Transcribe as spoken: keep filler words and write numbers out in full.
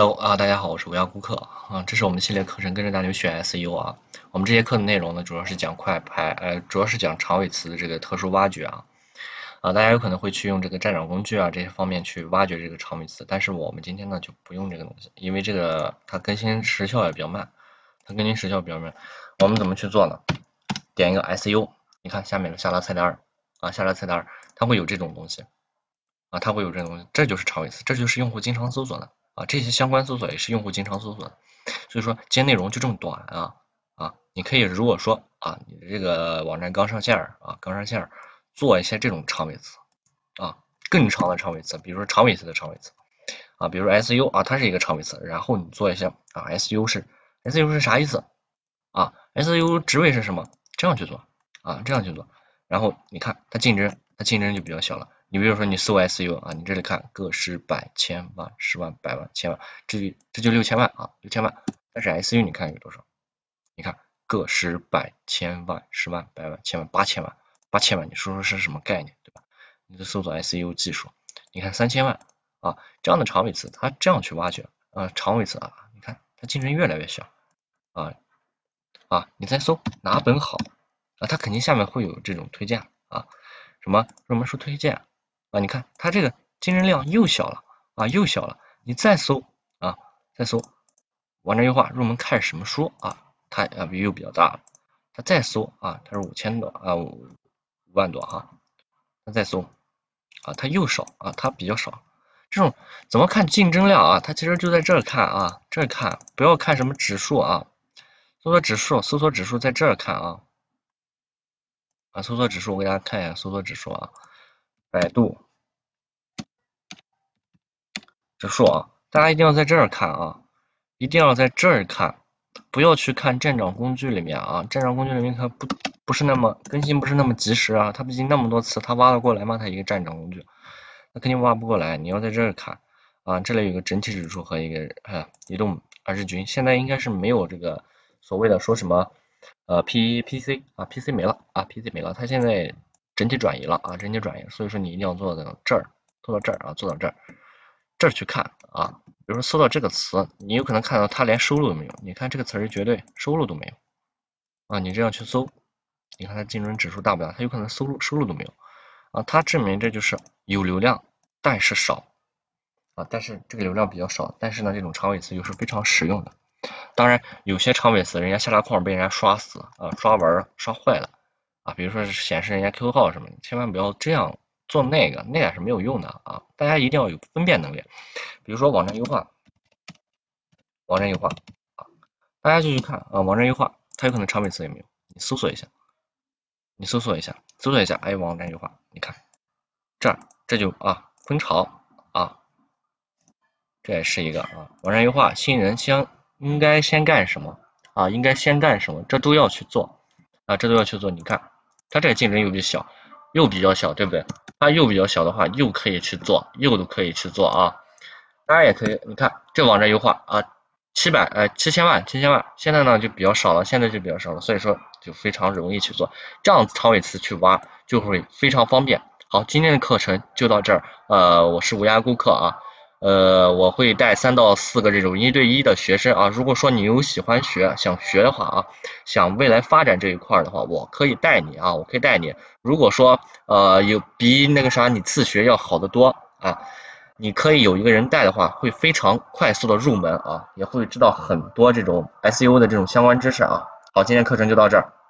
Hello 啊，大家好，我是无涯顾客啊，这是我们系列课程跟着大牛学 S E O 啊。我们这节课的内容呢，主要是讲快拍，呃，主要是讲长尾词的这个特殊挖掘啊。啊，大家有可能会去用这个站长工具啊这些方面去挖掘这个长尾词，但是我们今天呢就不用这个东西，因为这个它更新时效也比较慢，它更新时效比较慢。我们怎么去做呢？点一个 S E O， 你看下面的下拉菜单啊，下拉菜单它会有这种东西啊，它会有这种东西，这就是长尾词，这就是用户经常搜索的。啊，这些相关搜索也是用户经常搜索的，所以说今天内容就这么短啊啊，你可以如果说啊，你的这个网站刚上线啊，刚上线做一些这种长尾词啊，更长的长尾词，比如说长尾词的长尾词啊，比如说 S E O 啊，它是一个长尾词，然后你做一些啊 S E O 是 S E O 是啥意思啊 ？S E O 职位是什么？这样去做啊，这样去做，然后你看它竞争，它竞争就比较小了。你比如说你搜 S E O 啊，你这里看个十百千万十万百万千万，这这就六千万啊，六千万。但是 S E O 你看有多少？你看个十百千万十万百万千万八千万八千万，你说说是什么概念，对吧？你的搜索 S E O 技术，你看三千万啊，这样的长尾词，它这样去挖掘啊，长尾词啊，你看它竞争越来越小啊啊，你再搜哪本好啊，它肯定下面会有这种推荐啊，什么热门书推荐。啊，你看它这个竞争量又小了啊，又小了。你再搜啊，再搜网站优化入门看什么书啊，它啊又比较大了。它再搜啊，它是五千多啊，五万多哈。它再搜啊，它又少啊，它比较少。这种怎么看竞争量啊？它其实就在这儿看啊，这儿看，不要看什么指数啊。搜索指数，搜索指数在这儿看啊啊，搜索指数我给大家看一下搜索指数啊，百度。指数啊，大家一定要在这儿看啊，一定要在这儿看，不要去看站长工具里面啊，站长工具里面它不不是那么更新不是那么及时啊，它毕竟那么多词，它挖得过来吗？它一个站长工具，它肯定挖不过来，你要在这儿看啊，这里有个整体指数和一个呃移动二十均，现在应该是没有这个所谓的说什么呃 P P C 啊 P C 没了啊 P C 没了，它现在整体转移了啊整体转移，所以说你一定要做到这儿，做到这儿啊做到这儿。这儿去看啊，比如说搜到这个词，你有可能看到它连收录都没有，你看这个词是绝对收录都没有啊，你这样去搜，你看它竞争指数大不大？它有可能收录收录都没有啊，它证明这就是有流量，但是少啊，但是这个流量比较少，但是呢，这种长尾词又是非常实用的。当然，有些长尾词人家下拉框被人家刷死啊，刷完刷坏了啊，比如说是显示人家 Q Q 号什么，你千万不要这样做，那个那个是没有用的啊，大家一定要有分辨能力。比如说网站优化，网站优化啊，大家就去看啊，网站优化，它有可能长尾词也没有，你搜索一下，你搜索一下，搜索一下，哎，网站优化，你看这儿这就啊，蜂巢啊，这也是一个啊，网站优化，新人先应该先干什么啊？应该先干什么？这都要去做啊，这都要去做。你看它这个竞争又比较小，又比较小，对不对？它又比较小的话，又可以去做，又都可以去做啊。当然也可以，你看这网站优化啊，七百呃七千万七千万，现在呢就比较少了，现在就比较少了，所以说就非常容易去做，这样长尾词去挖就会非常方便。好，今天的课程就到这儿，呃，我是无涯顾客啊，呃，我会带三到四个这种一对一的学生啊，如果说你有喜欢学想学的话啊，想未来发展这一块的话，我可以带你啊，我可以带你。如果说呃有比那个啥你自学要好得多啊。你可以有一个人带的话，会非常快速的入门啊，也会知道很多这种 S E O 的这种相关知识啊。好，今天课程就到这儿。